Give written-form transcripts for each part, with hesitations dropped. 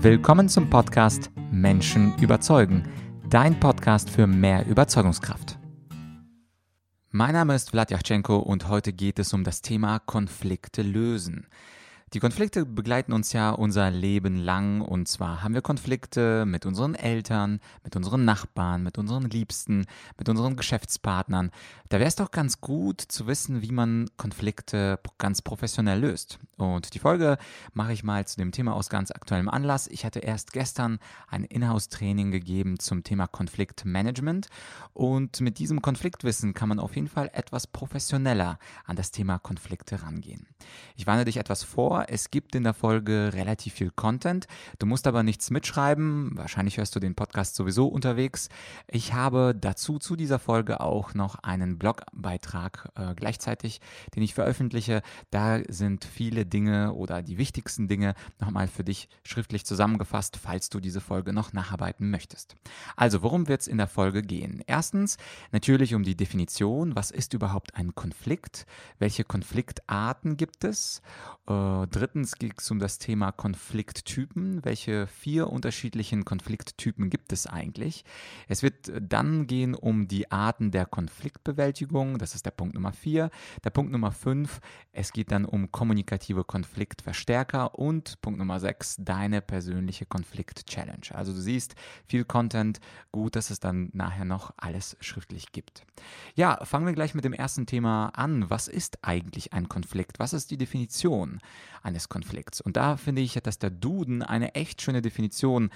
Willkommen zum Podcast Menschen überzeugen, dein Podcast für mehr Überzeugungskraft. Mein Name ist Vlad Yachchenko und heute geht es um das Thema Konflikte lösen. Die Konflikte begleiten uns ja unser Leben lang, und zwar haben wir Konflikte mit unseren Eltern, mit unseren Nachbarn, mit unseren Liebsten, mit unseren Geschäftspartnern. Da wäre es doch ganz gut zu wissen, wie man Konflikte ganz professionell löst. Und die Folge mache ich mal zu dem Thema aus ganz aktuellem Anlass. Ich hatte erst gestern ein Inhouse-Training gegeben zum Thema Konfliktmanagement, und mit diesem Konfliktwissen kann man auf jeden Fall etwas professioneller an das Thema Konflikte rangehen. Ich warne dich etwas vor. Es gibt in der Folge relativ viel Content. Du musst aber nichts mitschreiben. Wahrscheinlich hörst du den Podcast sowieso unterwegs. Ich habe dazu zu dieser Folge auch noch einen Blogbeitrag gleichzeitig, den ich veröffentliche. Da sind viele Dinge oder die wichtigsten Dinge nochmal für dich schriftlich zusammengefasst, falls du diese Folge noch nacharbeiten möchtest. Also, worum wird es in der Folge gehen? Erstens natürlich um die Definition. Was ist überhaupt ein Konflikt? Welche Konfliktarten gibt es? Drittens geht es um das Thema Konflikttypen. Welche 4 unterschiedlichen Konflikttypen gibt es eigentlich? Es wird dann gehen um die Arten der Konfliktbewältigung. Das ist der Punkt Nummer 4. Der Punkt Nummer 5, es geht dann um kommunikative Konfliktverstärker. Und Punkt Nummer 6, deine persönliche Konflikt-Challenge. Also du siehst, viel Content, gut, dass es dann nachher noch alles schriftlich gibt. Ja, fangen wir gleich mit dem ersten Thema an. Was ist eigentlich ein Konflikt? Was ist die Definition eines Konflikts? Und da finde ich, dass der Duden eine echt schöne Definition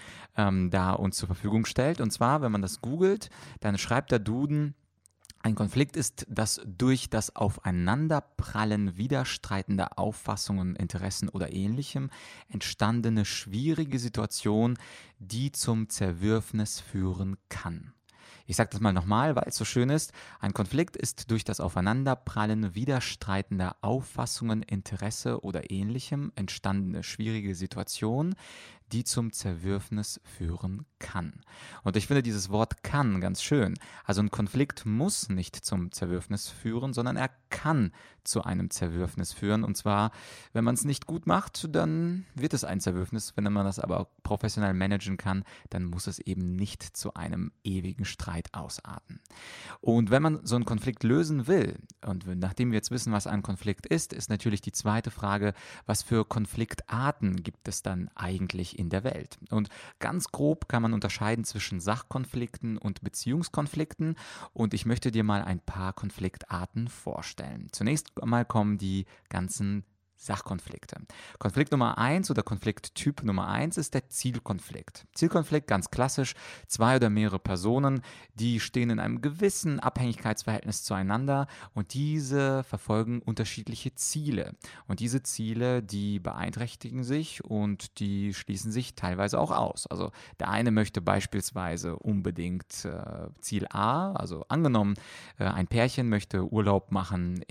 da uns zur Verfügung stellt. Und zwar, wenn man das googelt, dann schreibt der Duden: Ein Konflikt ist das durch das Aufeinanderprallen widerstreitender Auffassungen, Interessen oder Ähnlichem entstandene schwierige Situation, die zum Zerwürfnis führen kann. Ich sage das mal nochmal, weil es so schön ist. Ein Konflikt ist durch das Aufeinanderprallen widerstreitender Auffassungen, Interesse oder Ähnlichem entstandene schwierige Situation, die zum Zerwürfnis führen kann. Und ich finde dieses Wort kann ganz schön. Also ein Konflikt muss nicht zum Zerwürfnis führen, sondern er kann zu einem Zerwürfnis führen. Und zwar, wenn man es nicht gut macht, dann wird es ein Zerwürfnis. Wenn man das aber professionell managen kann, dann muss es eben nicht zu einem ewigen Streit ausarten. Und wenn man so einen Konflikt lösen will, und nachdem wir jetzt wissen, was ein Konflikt ist natürlich die zweite Frage: Was für Konfliktarten gibt es dann eigentlich in der Welt? Und ganz grob kann man unterscheiden zwischen Sachkonflikten und Beziehungskonflikten, und ich möchte dir mal ein paar Konfliktarten vorstellen. Zunächst einmal kommen die ganzen Sachkonflikte. Konflikt Nummer 1 oder Konflikttyp Nummer 1 ist der Zielkonflikt. Zielkonflikt, ganz klassisch, 2 oder mehrere Personen, die stehen in einem gewissen Abhängigkeitsverhältnis zueinander, und diese verfolgen unterschiedliche Ziele. Und diese Ziele, die beeinträchtigen sich und die schließen sich teilweise auch aus. Also der eine möchte beispielsweise unbedingt Ziel A, also angenommen, ein Pärchen möchte Urlaub machen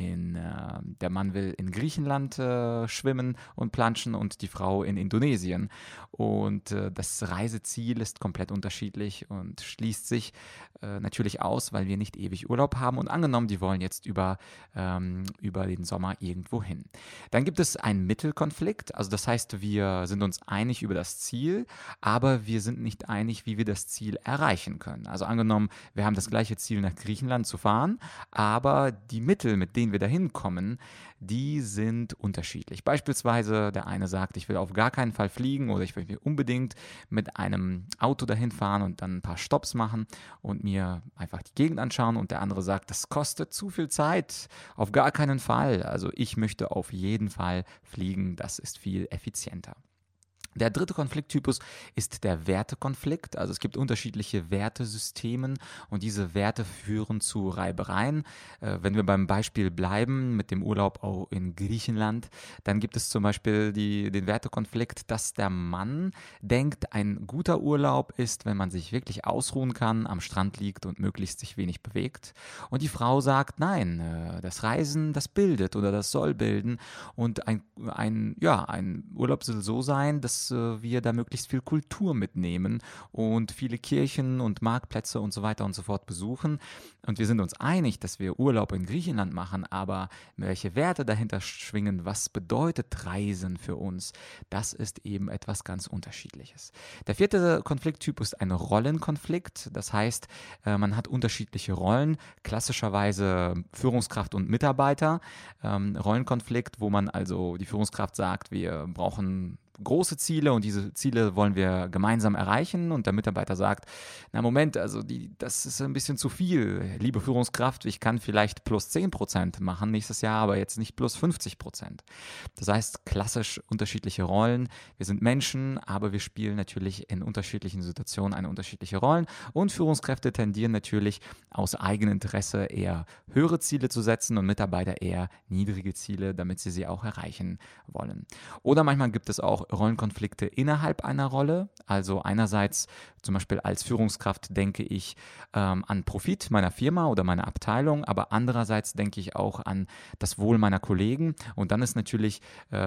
der Mann will in Griechenland schwimmen und planschen und die Frau in Indonesien. Und das Reiseziel ist komplett unterschiedlich und schließt sich natürlich aus, weil wir nicht ewig Urlaub haben. Und angenommen, die wollen jetzt über den Sommer irgendwo hin. Dann gibt es einen Mittelkonflikt. Also das heißt, wir sind uns einig über das Ziel, aber wir sind nicht einig, wie wir das Ziel erreichen können. Also angenommen, wir haben das gleiche Ziel, nach Griechenland zu fahren, aber die Mittel, mit denen wir dahin kommen, die sind unterschiedlich. Beispielsweise der eine sagt, ich will auf gar keinen Fall fliegen, oder ich will unbedingt mit einem Auto dahin fahren und dann ein paar Stopps machen und mir einfach die Gegend anschauen, und der andere sagt, das kostet zu viel Zeit, auf gar keinen Fall. Also ich möchte auf jeden Fall fliegen, das ist viel effizienter. Der dritte Konflikttypus ist der Wertekonflikt. Also es gibt unterschiedliche Wertesysteme, und diese Werte führen zu Reibereien. Wenn wir beim Beispiel bleiben mit dem Urlaub auch in Griechenland, dann gibt es zum Beispiel den Wertekonflikt, dass der Mann denkt, ein guter Urlaub ist, wenn man sich wirklich ausruhen kann, am Strand liegt und möglichst sich wenig bewegt. Und die Frau sagt, nein, das Reisen, das bildet oder das soll bilden, und ein Urlaub soll so sein, dass dass wir da möglichst viel Kultur mitnehmen und viele Kirchen und Marktplätze und so weiter und so fort besuchen. Und wir sind uns einig, dass wir Urlaub in Griechenland machen, aber welche Werte dahinter schwingen, was bedeutet Reisen für uns, das ist eben etwas ganz Unterschiedliches. Der vierte Konflikttyp ist ein Rollenkonflikt. Das heißt, man hat unterschiedliche Rollen, klassischerweise Führungskraft und Mitarbeiter. Rollenkonflikt, wo man also die Führungskraft sagt, wir brauchen große Ziele und diese Ziele wollen wir gemeinsam erreichen und der Mitarbeiter sagt, na Moment, also das ist ein bisschen zu viel, liebe Führungskraft, ich kann vielleicht plus 10% machen nächstes Jahr, aber jetzt nicht plus 50%. Das heißt, klassisch unterschiedliche Rollen. Wir sind Menschen, aber wir spielen natürlich in unterschiedlichen Situationen eine unterschiedliche Rollen und Führungskräfte tendieren natürlich aus eigenem Interesse eher höhere Ziele zu setzen und Mitarbeiter eher niedrige Ziele, damit sie auch erreichen wollen. Oder manchmal gibt es auch Rollenkonflikte innerhalb einer Rolle. Also einerseits zum Beispiel als Führungskraft denke ich an Profit meiner Firma oder meiner Abteilung, aber andererseits denke ich auch an das Wohl meiner Kollegen und dann ist natürlich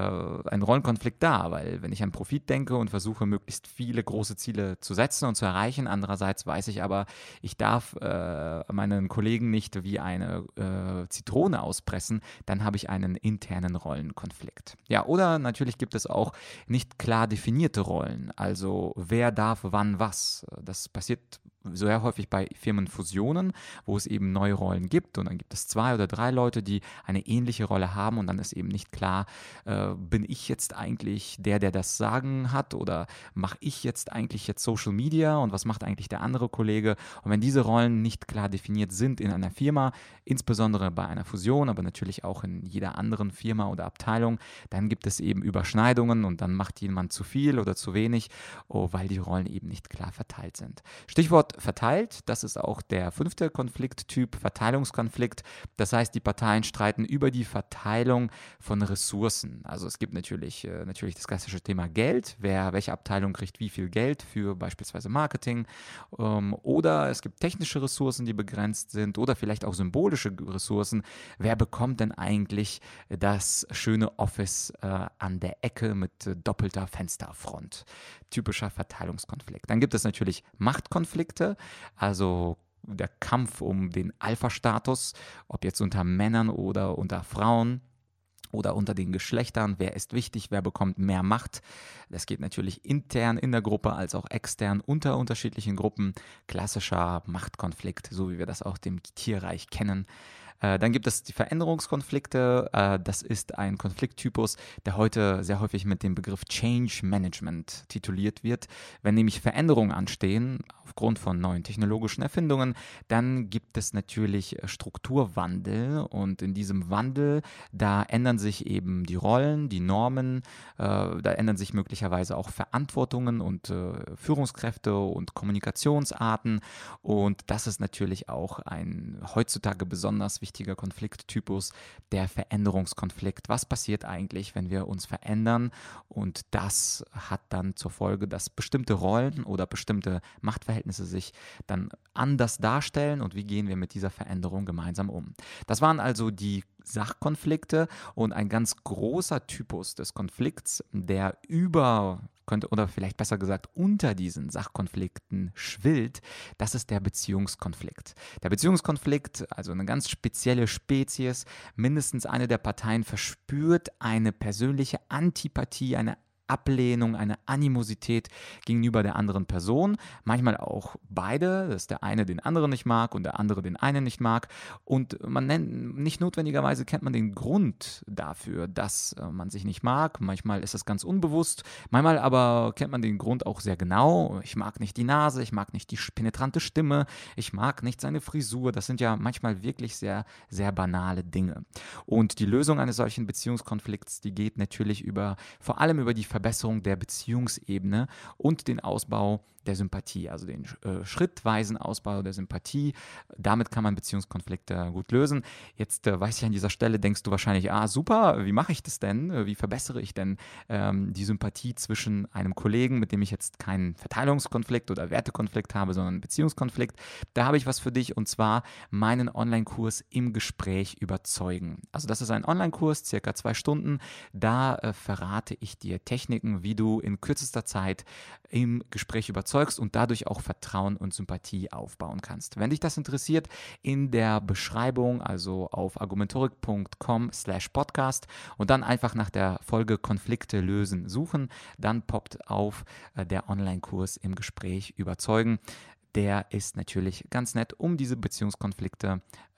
ein Rollenkonflikt da, weil wenn ich an Profit denke und versuche möglichst viele große Ziele zu setzen und zu erreichen, andererseits weiß ich aber, ich darf meinen Kollegen nicht wie eine Zitrone auspressen, dann habe ich einen internen Rollenkonflikt. Ja, oder natürlich gibt es auch nicht klar definierte Rollen, also wer darf wann was. Das passiert sehr häufig bei Firmenfusionen, wo es eben neue Rollen gibt und dann gibt es 2 oder 3 Leute, die eine ähnliche Rolle haben und dann ist eben nicht klar, bin ich jetzt eigentlich der das Sagen hat oder mache ich jetzt eigentlich Social Media und was macht eigentlich der andere Kollege? Und wenn diese Rollen nicht klar definiert sind in einer Firma, insbesondere bei einer Fusion, aber natürlich auch in jeder anderen Firma oder Abteilung, dann gibt es eben Überschneidungen und dann macht jemand zu viel oder zu wenig, weil die Rollen eben nicht klar verteilt sind. Stichwort verteilt, das ist auch der 5. Konflikttyp, Verteilungskonflikt. Das heißt, die Parteien streiten über die Verteilung von Ressourcen. Also es gibt natürlich das klassische Thema Geld, welche Abteilung kriegt wie viel Geld für beispielsweise Marketing, oder es gibt technische Ressourcen, die begrenzt sind oder vielleicht auch symbolische Ressourcen. Wer bekommt denn eigentlich das schöne Office an der Ecke mit doppelter Fensterfront? Typischer Verteilungskonflikt. Dann gibt es natürlich Machtkonflikte, also der Kampf um den Alpha-Status, ob jetzt unter Männern oder unter Frauen oder unter den Geschlechtern, wer ist wichtig, wer bekommt mehr Macht. Das geht natürlich intern in der Gruppe als auch extern unter unterschiedlichen Gruppen. Klassischer Machtkonflikt, so wie wir das auch im Tierreich kennen. Dann gibt es die Veränderungskonflikte. Das ist ein Konflikttypus, der heute sehr häufig mit dem Begriff Change Management tituliert wird. Wenn nämlich Veränderungen anstehen, aufgrund von neuen technologischen Erfindungen, dann gibt es natürlich Strukturwandel und in diesem Wandel, da ändern sich eben die Rollen, die Normen, da ändern sich möglicherweise auch Verantwortungen und Führungskräfte und Kommunikationsarten und das ist natürlich auch ein heutzutage besonders wichtiger Konflikttypus, der Veränderungskonflikt. Was passiert eigentlich, wenn wir uns verändern? Und das hat dann zur Folge, dass bestimmte Rollen oder bestimmte Machtverhältnisse sich dann anders darstellen und wie gehen wir mit dieser Veränderung gemeinsam um. Das waren also die Sachkonflikte und ein ganz großer Typus des Konflikts, der oder vielleicht besser gesagt unter diesen Sachkonflikten schwillt, das ist der Beziehungskonflikt. Der Beziehungskonflikt, also eine ganz spezielle Spezies, mindestens eine der Parteien verspürt eine persönliche Antipathie, eine Ablehnung, eine Animosität gegenüber der anderen Person. Manchmal auch beide, dass der eine den anderen nicht mag und der andere den einen nicht mag. Und nicht notwendigerweise kennt man den Grund dafür, dass man sich nicht mag. Manchmal ist das ganz unbewusst. Manchmal aber kennt man den Grund auch sehr genau. Ich mag nicht die Nase, ich mag nicht die penetrante Stimme, ich mag nicht seine Frisur. Das sind ja manchmal wirklich sehr, sehr banale Dinge. Und die Lösung eines solchen Beziehungskonflikts, die geht natürlich vor allem über die Verbesserung der Beziehungsebene und den Ausbau der Sympathie, also den schrittweisen Ausbau der Sympathie. Damit kann man Beziehungskonflikte gut lösen. Jetzt weiß ich an dieser Stelle, denkst du wahrscheinlich, super, wie mache ich das denn? Wie verbessere ich denn die Sympathie zwischen einem Kollegen, mit dem ich jetzt keinen Verteilungskonflikt oder Wertekonflikt habe, sondern einen Beziehungskonflikt? Da habe ich was für dich, und zwar meinen Online-Kurs im Gespräch überzeugen. Also das ist ein Online-Kurs, circa 2 Stunden. Da verrate ich dir Techniken, wie du in kürzester Zeit im Gespräch überzeugst und dadurch auch Vertrauen und Sympathie aufbauen kannst. Wenn dich das interessiert, in der Beschreibung, also auf argumentorik.com/podcast und dann einfach nach der Folge Konflikte lösen suchen, dann poppt auf der Online-Kurs im Gespräch überzeugen. Der ist natürlich ganz nett, um diese Beziehungskonflikte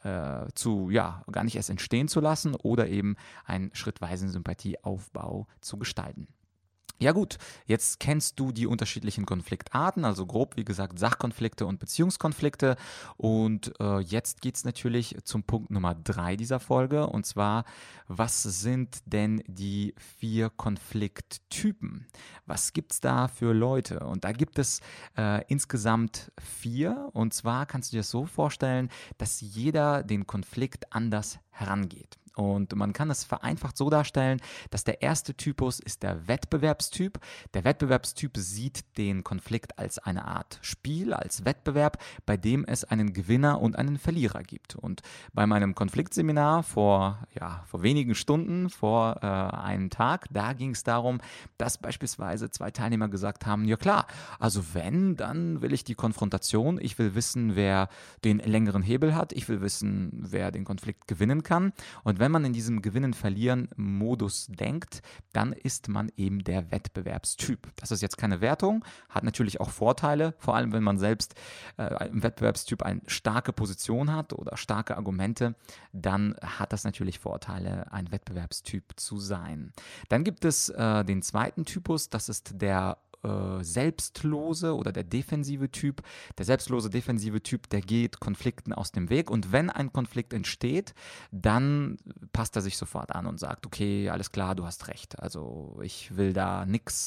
gar nicht erst entstehen zu lassen oder eben einen schrittweisen Sympathieaufbau zu gestalten. Ja gut, jetzt kennst du die unterschiedlichen Konfliktarten, also grob wie gesagt Sachkonflikte und Beziehungskonflikte, und jetzt geht es natürlich zum Punkt Nummer 3 dieser Folge, und zwar, was sind denn die 4 Konflikttypen? Was gibt es da für Leute? Und da gibt es insgesamt 4, und zwar kannst du dir das so vorstellen, dass jeder den Konflikt anders herangeht. Und man kann es vereinfacht so darstellen, dass der erste Typus ist der Wettbewerbstyp. Der Wettbewerbstyp sieht den Konflikt als eine Art Spiel, als Wettbewerb, bei dem es einen Gewinner und einen Verlierer gibt. Und bei meinem Konfliktseminar vor wenigen Stunden, vor einem Tag, da ging es darum, dass beispielsweise 2 Teilnehmer gesagt haben, ja klar, also wenn, dann will ich die Konfrontation, ich will wissen, wer den längeren Hebel hat, ich will wissen, wer den Konflikt gewinnen kann. Und wenn man in diesem Gewinnen-Verlieren-Modus denkt, dann ist man eben der Wettbewerbstyp. Das ist jetzt keine Wertung, hat natürlich auch Vorteile, vor allem wenn man selbst im Wettbewerbstyp eine starke Position hat oder starke Argumente, dann hat das natürlich Vorteile, ein Wettbewerbstyp zu sein. Dann gibt es den zweiten Typus, das ist der selbstlose oder der defensive Typ. Der selbstlose defensive Typ, der geht Konflikten aus dem Weg, und wenn ein Konflikt entsteht, dann passt er sich sofort an und sagt, okay, alles klar, du hast recht. Also ich will da nix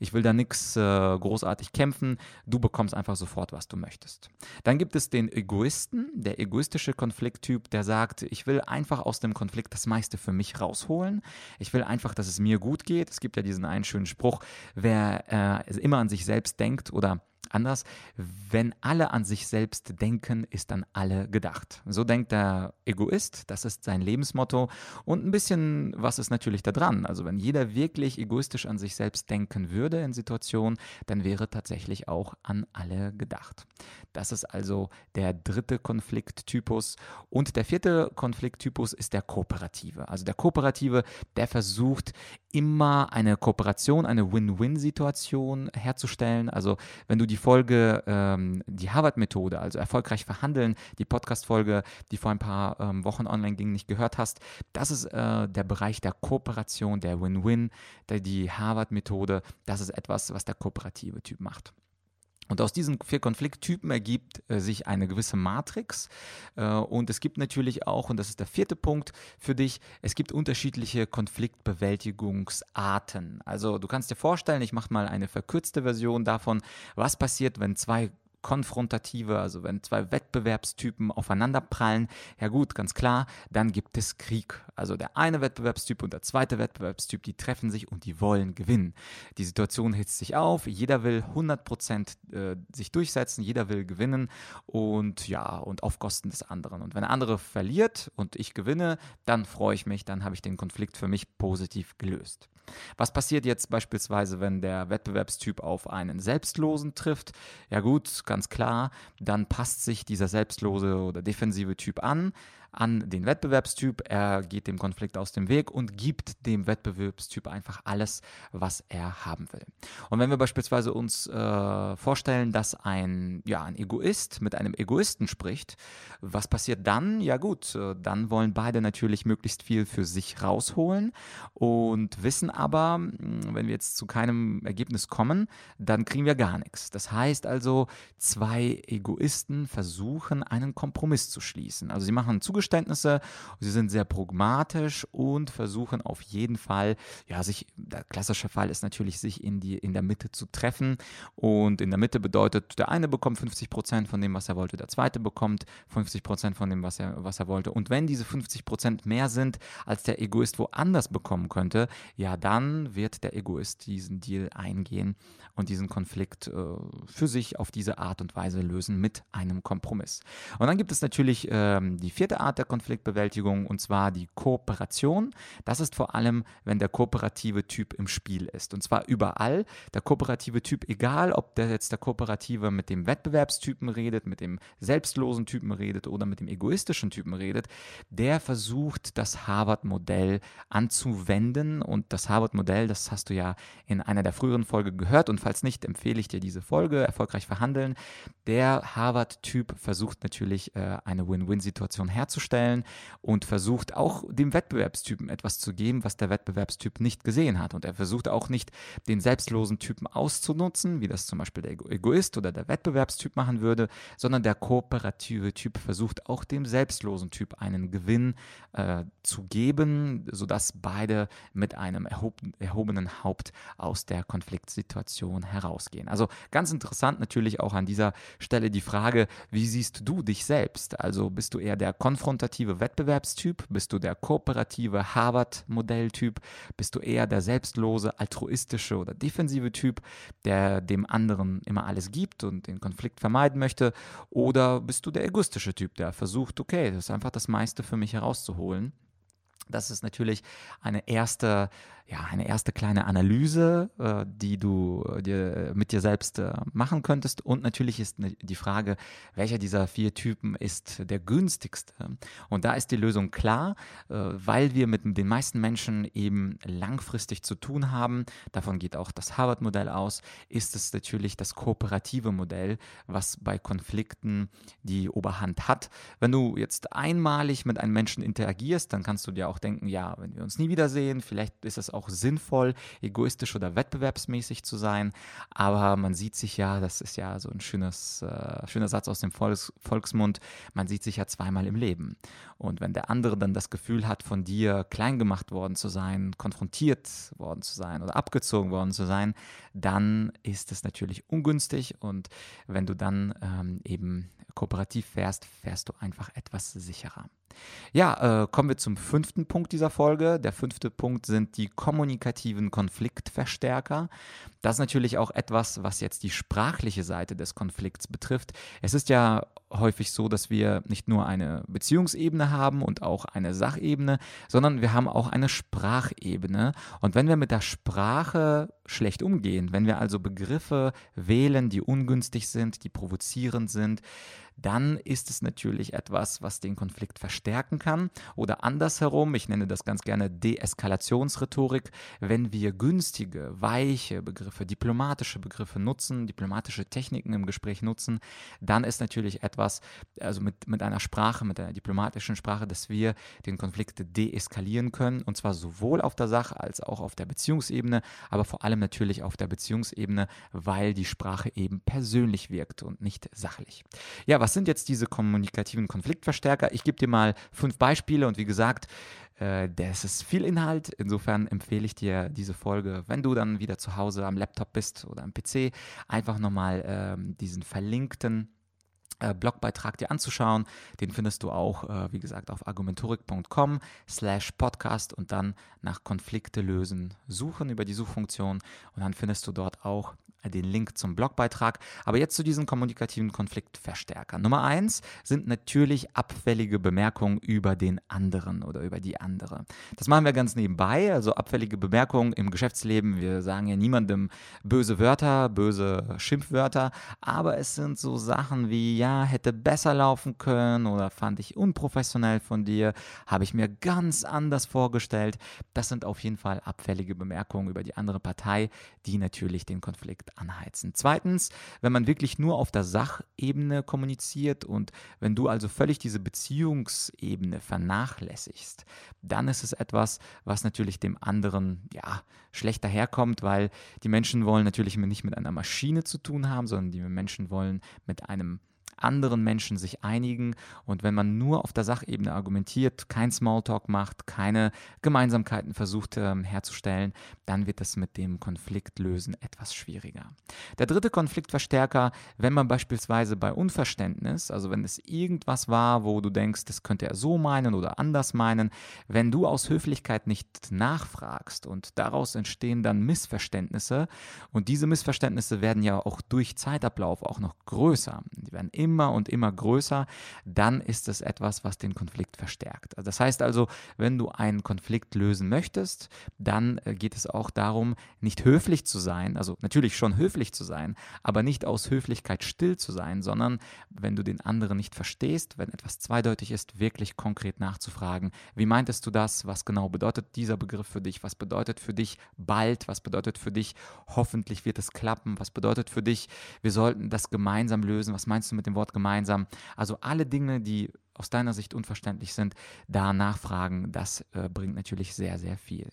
großartig kämpfen, du bekommst einfach sofort, was du möchtest. Dann gibt es den Egoisten, der egoistische Konflikttyp, der sagt, ich will einfach aus dem Konflikt das meiste für mich rausholen. Ich will einfach, dass es mir gut geht. Es gibt ja diesen einen schönen Spruch, wer immer an sich selbst denkt, oder anders, wenn alle an sich selbst denken, ist an alle gedacht. So denkt der Egoist, das ist sein Lebensmotto, und ein bisschen was ist natürlich da dran. Also wenn jeder wirklich egoistisch an sich selbst denken würde in Situationen, dann wäre tatsächlich auch an alle gedacht. Das ist also der dritte Konflikttypus, und der vierte Konflikttypus ist der Kooperative. Also der Kooperative, der versucht immer eine Kooperation, eine Win-Win-Situation herzustellen. Also wenn du die Folge, die Harvard-Methode, also erfolgreich verhandeln, die Podcast-Folge, die vor ein paar Wochen online ging, nicht gehört hast, das ist der Bereich der Kooperation, der Win-Win, die Harvard-Methode, das ist etwas, was der kooperative Typ macht. Und aus diesen 4 Konflikttypen ergibt sich eine gewisse Matrix, und es gibt natürlich auch, und das ist der 4. Punkt für dich, es gibt unterschiedliche Konfliktbewältigungsarten. Also du kannst dir vorstellen, ich mache mal eine verkürzte Version davon, was passiert, wenn 2 konfrontative, also wenn 2 Wettbewerbstypen aufeinanderprallen, ja gut, ganz klar, dann gibt es Krieg. Also der eine Wettbewerbstyp und der zweite Wettbewerbstyp, die treffen sich und die wollen gewinnen. Die Situation hitzt sich auf, jeder will 100% sich durchsetzen, jeder will gewinnen, und auf Kosten des anderen. Und wenn der andere verliert und ich gewinne, dann freue ich mich, dann habe ich den Konflikt für mich positiv gelöst. Was passiert jetzt beispielsweise, wenn der Wettbewerbstyp auf einen Selbstlosen trifft? Ja gut, ganz klar, dann passt sich dieser selbstlose oder defensive Typ an den Wettbewerbstyp, er geht dem Konflikt aus dem Weg und gibt dem Wettbewerbstyp einfach alles, was er haben will. Und wenn wir beispielsweise uns vorstellen, dass ein Egoist mit einem Egoisten spricht, was passiert dann? Ja gut, dann wollen beide natürlich möglichst viel für sich rausholen und wissen aber, wenn wir jetzt zu keinem Ergebnis kommen, dann kriegen wir gar nichts. Das heißt also, 2 Egoisten versuchen, einen Kompromiss zu schließen. Also sie machen ein Zugeständnis, Zugeständnisse, sie sind sehr pragmatisch und versuchen auf jeden Fall, der klassische Fall ist natürlich, sich in der Mitte zu treffen, und in der Mitte bedeutet, der eine bekommt 50% von dem, was er wollte, der zweite bekommt 50% von dem, was er wollte, und wenn diese 50% mehr sind, als der Egoist woanders bekommen könnte, ja, dann wird der Egoist diesen Deal eingehen und diesen Konflikt für sich auf diese Art und Weise lösen mit einem Kompromiss. Und dann gibt es natürlich die vierte Art der Konfliktbewältigung, und zwar die Kooperation. Das ist vor allem, wenn der kooperative Typ im Spiel ist, und zwar überall. Der kooperative Typ, egal ob der Kooperative mit dem Wettbewerbstypen redet, mit dem selbstlosen Typen redet oder mit dem egoistischen Typen redet, der versucht, das Harvard-Modell anzuwenden. Und das Harvard-Modell, das hast du ja in einer der früheren Folgen gehört, und falls nicht, empfehle ich dir diese Folge, Erfolgreich verhandeln. Der Harvard-Typ versucht natürlich eine Win-Win-Situation herzustellen und versucht auch dem Wettbewerbstypen etwas zu geben, was der Wettbewerbstyp nicht gesehen hat. Und er versucht auch nicht, den selbstlosen Typen auszunutzen, wie das zum Beispiel der Egoist oder der Wettbewerbstyp machen würde, sondern der kooperative Typ versucht auch dem selbstlosen Typ einen Gewinn zu geben, sodass beide mit einem erhobenen Haupt aus der Konfliktsituation herausgehen. Also ganz interessant natürlich auch an dieser Stelle die Frage, wie siehst du dich selbst? Also bist du eher der konfrontative Wettbewerbstyp? Bist du der kooperative Harvard-Modelltyp? Bist du eher der selbstlose, altruistische oder defensive Typ, der dem anderen immer alles gibt und den Konflikt vermeiden möchte? Oder bist du der egoistische Typ, der versucht, okay, das ist einfach das meiste für mich herauszuholen? Das ist natürlich eine erste kleine Analyse, die du mit dir selbst machen könntest. Und natürlich ist die Frage, welcher dieser 4 Typen ist der günstigste? Und da ist die Lösung klar, weil wir mit den meisten Menschen eben langfristig zu tun haben. Davon geht auch das Harvard-Modell aus. Ist es natürlich das kooperative Modell, was bei Konflikten die Oberhand hat. Wenn du jetzt einmalig mit einem Menschen interagierst, dann kannst du dir auch denken, ja, wenn wir uns nie wiedersehen, vielleicht ist es auch sinnvoll, egoistisch oder wettbewerbsmäßig zu sein, aber man sieht sich ja, das ist ja so ein schöner Satz aus dem Volksmund, man sieht sich ja zweimal im Leben. Und wenn der andere dann das Gefühl hat, von dir klein gemacht worden zu sein, konfrontiert worden zu sein oder abgezogen worden zu sein, dann ist es natürlich ungünstig, und wenn du dann eben kooperativ fährst du einfach etwas sicherer. Ja, kommen wir zum 5. Punkt dieser Folge. Der 5. Punkt sind die kommunikativen Konfliktverstärker. Das ist natürlich auch etwas, was jetzt die sprachliche Seite des Konflikts betrifft. Es ist ja häufig so, dass wir nicht nur eine Beziehungsebene haben und auch eine Sachebene, sondern wir haben auch eine Sprachebene. Und wenn wir mit der Sprache schlecht umgehen, wenn wir also Begriffe wählen, die ungünstig sind, die provozierend sind, dann ist es natürlich etwas, was den Konflikt verstärken kann. Oder andersherum, ich nenne das ganz gerne Deeskalationsrhetorik, wenn wir günstige, weiche Begriffe, diplomatische Begriffe nutzen, diplomatische Techniken im Gespräch nutzen, dann ist natürlich etwas, also mit einer Sprache, mit einer diplomatischen Sprache, dass wir den Konflikt deeskalieren können, und zwar sowohl auf der Sach- als auch auf der Beziehungsebene, aber vor allem natürlich auf der Beziehungsebene, weil die Sprache eben persönlich wirkt und nicht sachlich. Ja, was sind jetzt diese kommunikativen Konfliktverstärker? Ich gebe dir mal 5 Beispiele, und wie gesagt, das ist viel Inhalt. Insofern empfehle ich dir diese Folge, wenn du dann wieder zu Hause am Laptop bist oder am PC, einfach nochmal diesen verlinkten Blogbeitrag dir anzuschauen. Den findest du auch, wie gesagt, auf argumentorik.com/podcast und dann nach Konflikte lösen suchen über die Suchfunktion, und dann findest du dort auch den Link zum Blogbeitrag. Aber jetzt zu diesen kommunikativen Konfliktverstärkern. Nummer 1 sind natürlich abfällige Bemerkungen über den anderen oder über die andere. Das machen wir ganz nebenbei, also abfällige Bemerkungen im Geschäftsleben. Wir sagen ja niemandem böse Wörter, böse Schimpfwörter, aber es sind so Sachen wie, ja, hätte besser laufen können oder fand ich unprofessionell von dir, habe ich mir ganz anders vorgestellt. Das sind auf jeden Fall abfällige Bemerkungen über die andere Partei, die natürlich den Konflikt anheizen. Zweitens, wenn man wirklich nur auf der Sachebene kommuniziert und wenn du also völlig diese Beziehungsebene vernachlässigst, dann ist es etwas, was natürlich dem anderen schlecht daherkommt, weil die Menschen wollen natürlich nicht mit einer Maschine zu tun haben, sondern die Menschen wollen mit einem anderen Menschen sich einigen, und wenn man nur auf der Sachebene argumentiert, kein Smalltalk macht, keine Gemeinsamkeiten versucht herzustellen, dann wird es mit dem Konfliktlösen etwas schwieriger. Der dritte Konfliktverstärker, wenn man beispielsweise bei Unverständnis, also wenn es irgendwas war, wo du denkst, das könnte er so meinen oder anders meinen, wenn du aus Höflichkeit nicht nachfragst und daraus entstehen dann Missverständnisse, und diese Missverständnisse werden ja auch durch Zeitablauf auch noch größer, die werden immer und immer größer, dann ist es etwas, was den Konflikt verstärkt. Das heißt also, wenn du einen Konflikt lösen möchtest, dann geht es auch darum, nicht höflich zu sein, also natürlich schon höflich zu sein, aber nicht aus Höflichkeit still zu sein, sondern wenn du den anderen nicht verstehst, wenn etwas zweideutig ist, wirklich konkret nachzufragen, wie meintest du das, was genau bedeutet dieser Begriff für dich, was bedeutet für dich bald, was bedeutet für dich, hoffentlich wird es klappen, was bedeutet für dich, wir sollten das gemeinsam lösen, was meinst du mit dem Wort gemeinsam? Also alle Dinge, die aus deiner Sicht unverständlich sind, da nachfragen, das bringt natürlich sehr, sehr viel.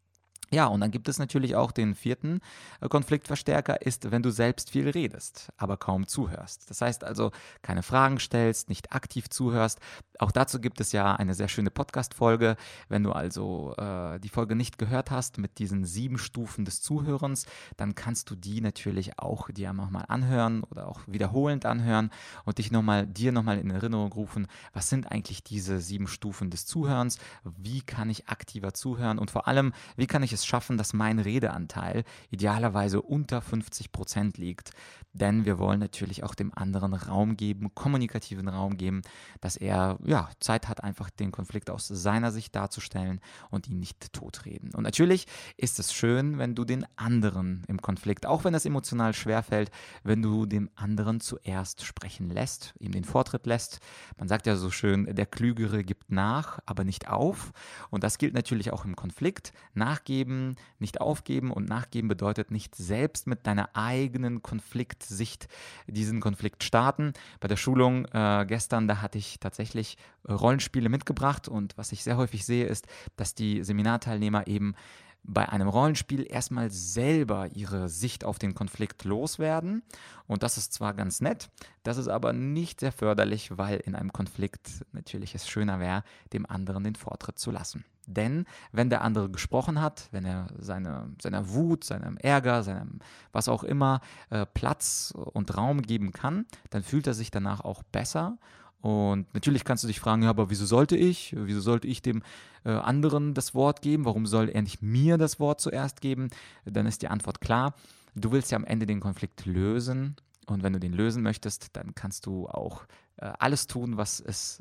Ja, und dann gibt es natürlich auch den vierten Konfliktverstärker, ist, wenn du selbst viel redest, aber kaum zuhörst. Das heißt also, keine Fragen stellst, nicht aktiv zuhörst. Auch dazu gibt es ja eine sehr schöne Podcast-Folge. Wenn du also die Folge nicht gehört hast mit diesen 7 Stufen des Zuhörens, dann kannst du die natürlich auch dir nochmal anhören oder auch wiederholend anhören und dir nochmal in Erinnerung rufen, was sind eigentlich diese 7 Stufen des Zuhörens, wie kann ich aktiver zuhören und vor allem, wie kann ich es schaffen, dass mein Redeanteil idealerweise unter 50% liegt. Denn wir wollen natürlich auch dem anderen Raum geben, kommunikativen Raum geben, dass er Zeit hat, einfach den Konflikt aus seiner Sicht darzustellen und ihn nicht totreden. Und natürlich ist es schön, wenn du den anderen im Konflikt, auch wenn es emotional schwerfällt, wenn du dem anderen zuerst sprechen lässt, ihm den Vortritt lässt. Man sagt ja so schön, der Klügere gibt nach, aber nicht auf. Und das gilt natürlich auch im Konflikt. Nachgeben, nicht aufgeben, und nachgeben bedeutet nicht selbst mit deiner eigenen Konfliktsicht diesen Konflikt starten. Bei der Schulung gestern, da hatte ich tatsächlich Rollenspiele mitgebracht, und was ich sehr häufig sehe, ist, dass die Seminarteilnehmer eben bei einem Rollenspiel erstmal selber ihre Sicht auf den Konflikt loswerden. Und das ist zwar ganz nett, das ist aber nicht sehr förderlich, weil in einem Konflikt natürlich es schöner wäre, dem anderen den Vortritt zu lassen. Denn wenn der andere gesprochen hat, wenn er seiner Wut, seinem Ärger, seinem was auch immer Platz und Raum geben kann, dann fühlt er sich danach auch besser. Und natürlich kannst du dich fragen, ja, aber wieso sollte ich dem anderen das Wort geben? Warum soll er nicht mir das Wort zuerst geben? Dann ist die Antwort klar. Du willst ja am Ende den Konflikt lösen. Und wenn du den lösen möchtest, dann kannst du auch alles tun, was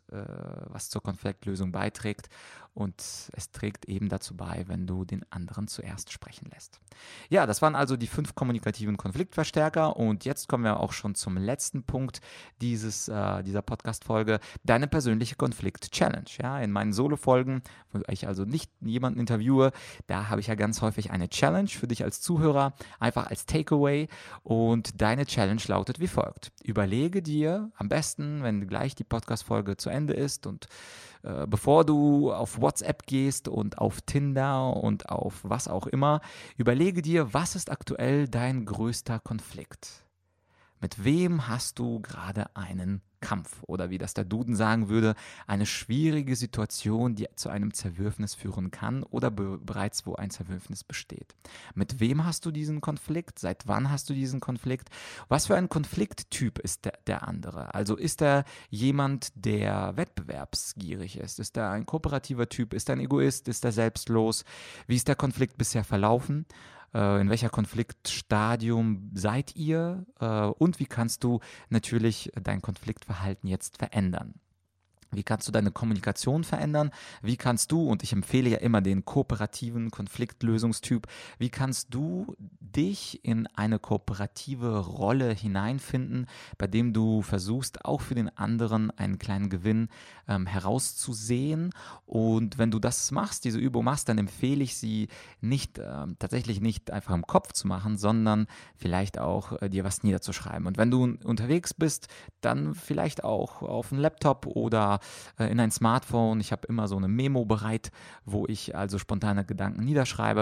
zur Konfliktlösung beiträgt. Und es trägt eben dazu bei, wenn du den anderen zuerst sprechen lässt. Ja, das waren also die 5 kommunikativen Konfliktverstärker. Und jetzt kommen wir auch schon zum letzten Punkt dieser Podcast-Folge, deine persönliche Konflikt-Challenge. Ja, in meinen Solo-Folgen, wo ich also nicht jemanden interviewe, da habe ich ja ganz häufig eine Challenge für dich als Zuhörer, einfach als Takeaway. Und deine Challenge lautet wie folgt. Überlege dir am besten, wenn gleich die Podcast-Folge zu Ende ist und bevor du auf WhatsApp gehst und auf Tinder und auf was auch immer, überlege dir, was ist aktuell dein größter Konflikt? Mit wem hast du gerade einen Kampf oder wie das der Duden sagen würde, eine schwierige Situation, die zu einem Zerwürfnis führen kann oder bereits wo ein Zerwürfnis besteht. Mit wem hast du diesen Konflikt? Seit wann hast du diesen Konflikt? Was für ein Konflikttyp ist der andere? Also ist er jemand, der wettbewerbsgierig ist? Ist er ein kooperativer Typ? Ist er ein Egoist? Ist er selbstlos? Wie ist der Konflikt bisher verlaufen? In welcher Konfliktstadium seid ihr? Und wie kannst du natürlich dein Konfliktverhalten jetzt verändern? Wie kannst du deine Kommunikation verändern? Wie kannst du, und ich empfehle ja immer den kooperativen Konfliktlösungstyp, wie kannst du dich in eine kooperative Rolle hineinfinden, bei dem du versuchst, auch für den anderen einen kleinen Gewinn herauszusehen? Und wenn du das machst, diese Übung machst, dann empfehle ich sie tatsächlich nicht einfach im Kopf zu machen, sondern vielleicht auch dir was niederzuschreiben. Und wenn du unterwegs bist, dann vielleicht auch auf einen Laptop oder in ein Smartphone. Ich habe immer so eine Memo bereit, wo ich also spontane Gedanken niederschreibe.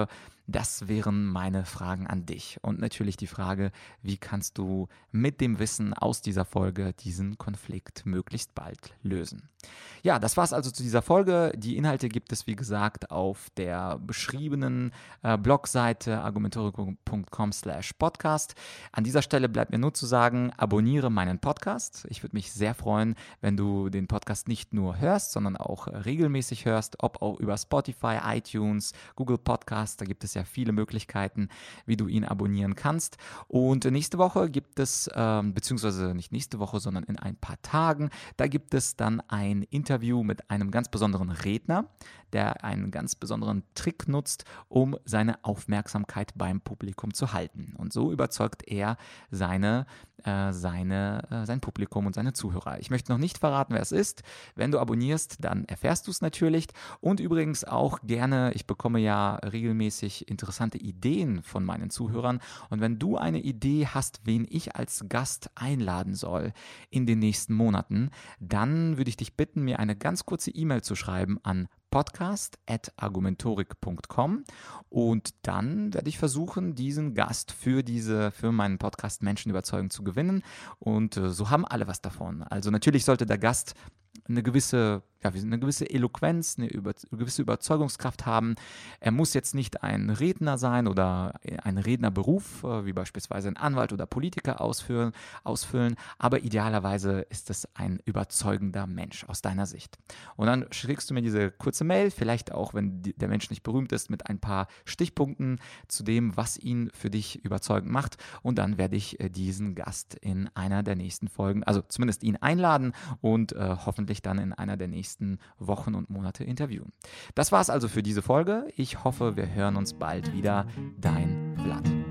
Das wären meine Fragen an dich. Und natürlich die Frage, wie kannst du mit dem Wissen aus dieser Folge diesen Konflikt möglichst bald lösen. Ja, das war es also zu dieser Folge. Die Inhalte gibt es, wie gesagt, auf der beschriebenen Blogseite argumentorico.com/podcast. An dieser Stelle bleibt mir nur zu sagen, abonniere meinen Podcast. Ich würde mich sehr freuen, wenn du den Podcast nicht nur hörst, sondern auch regelmäßig hörst, ob auch über Spotify, iTunes, Google Podcasts. Da gibt es ja viele Möglichkeiten, wie du ihn abonnieren kannst. Und nächste Woche gibt es, beziehungsweise nicht nächste Woche, sondern in ein paar Tagen, da gibt es dann ein Interview mit einem ganz besonderen Redner, der einen ganz besonderen Trick nutzt, um seine Aufmerksamkeit beim Publikum zu halten. Und so überzeugt er sein Publikum und seine Zuhörer. Ich möchte noch nicht verraten, wer es ist. Wenn du abonnierst, dann erfährst du es natürlich. Und übrigens auch gerne, ich bekomme ja regelmäßig interessante Ideen von meinen Zuhörern. Und wenn du eine Idee hast, wen ich als Gast einladen soll in den nächsten Monaten, dann würde ich dich bitten, mir eine ganz kurze E-Mail zu schreiben an podcast@argumentorik.com und dann werde ich versuchen, diesen Gast für meinen Podcast Menschen überzeugen zu gewinnen und so haben alle was davon. Also natürlich sollte der Gast eine gewisse Eloquenz, eine gewisse Überzeugungskraft haben. Er muss jetzt nicht ein Redner sein oder einen Rednerberuf, wie beispielsweise ein Anwalt oder Politiker ausfüllen, aber idealerweise ist es ein überzeugender Mensch aus deiner Sicht. Und dann schickst du mir diese kurze Mail, vielleicht auch, wenn der Mensch nicht berühmt ist, mit ein paar Stichpunkten zu dem, was ihn für dich überzeugend macht. Und dann werde ich diesen Gast in einer der nächsten Folgen, also zumindest ihn einladen und hoffentlich dann in einer der nächsten Wochen und Monate interviewen. Das war es also für diese Folge. Ich hoffe, wir hören uns bald wieder. Dein Vlad.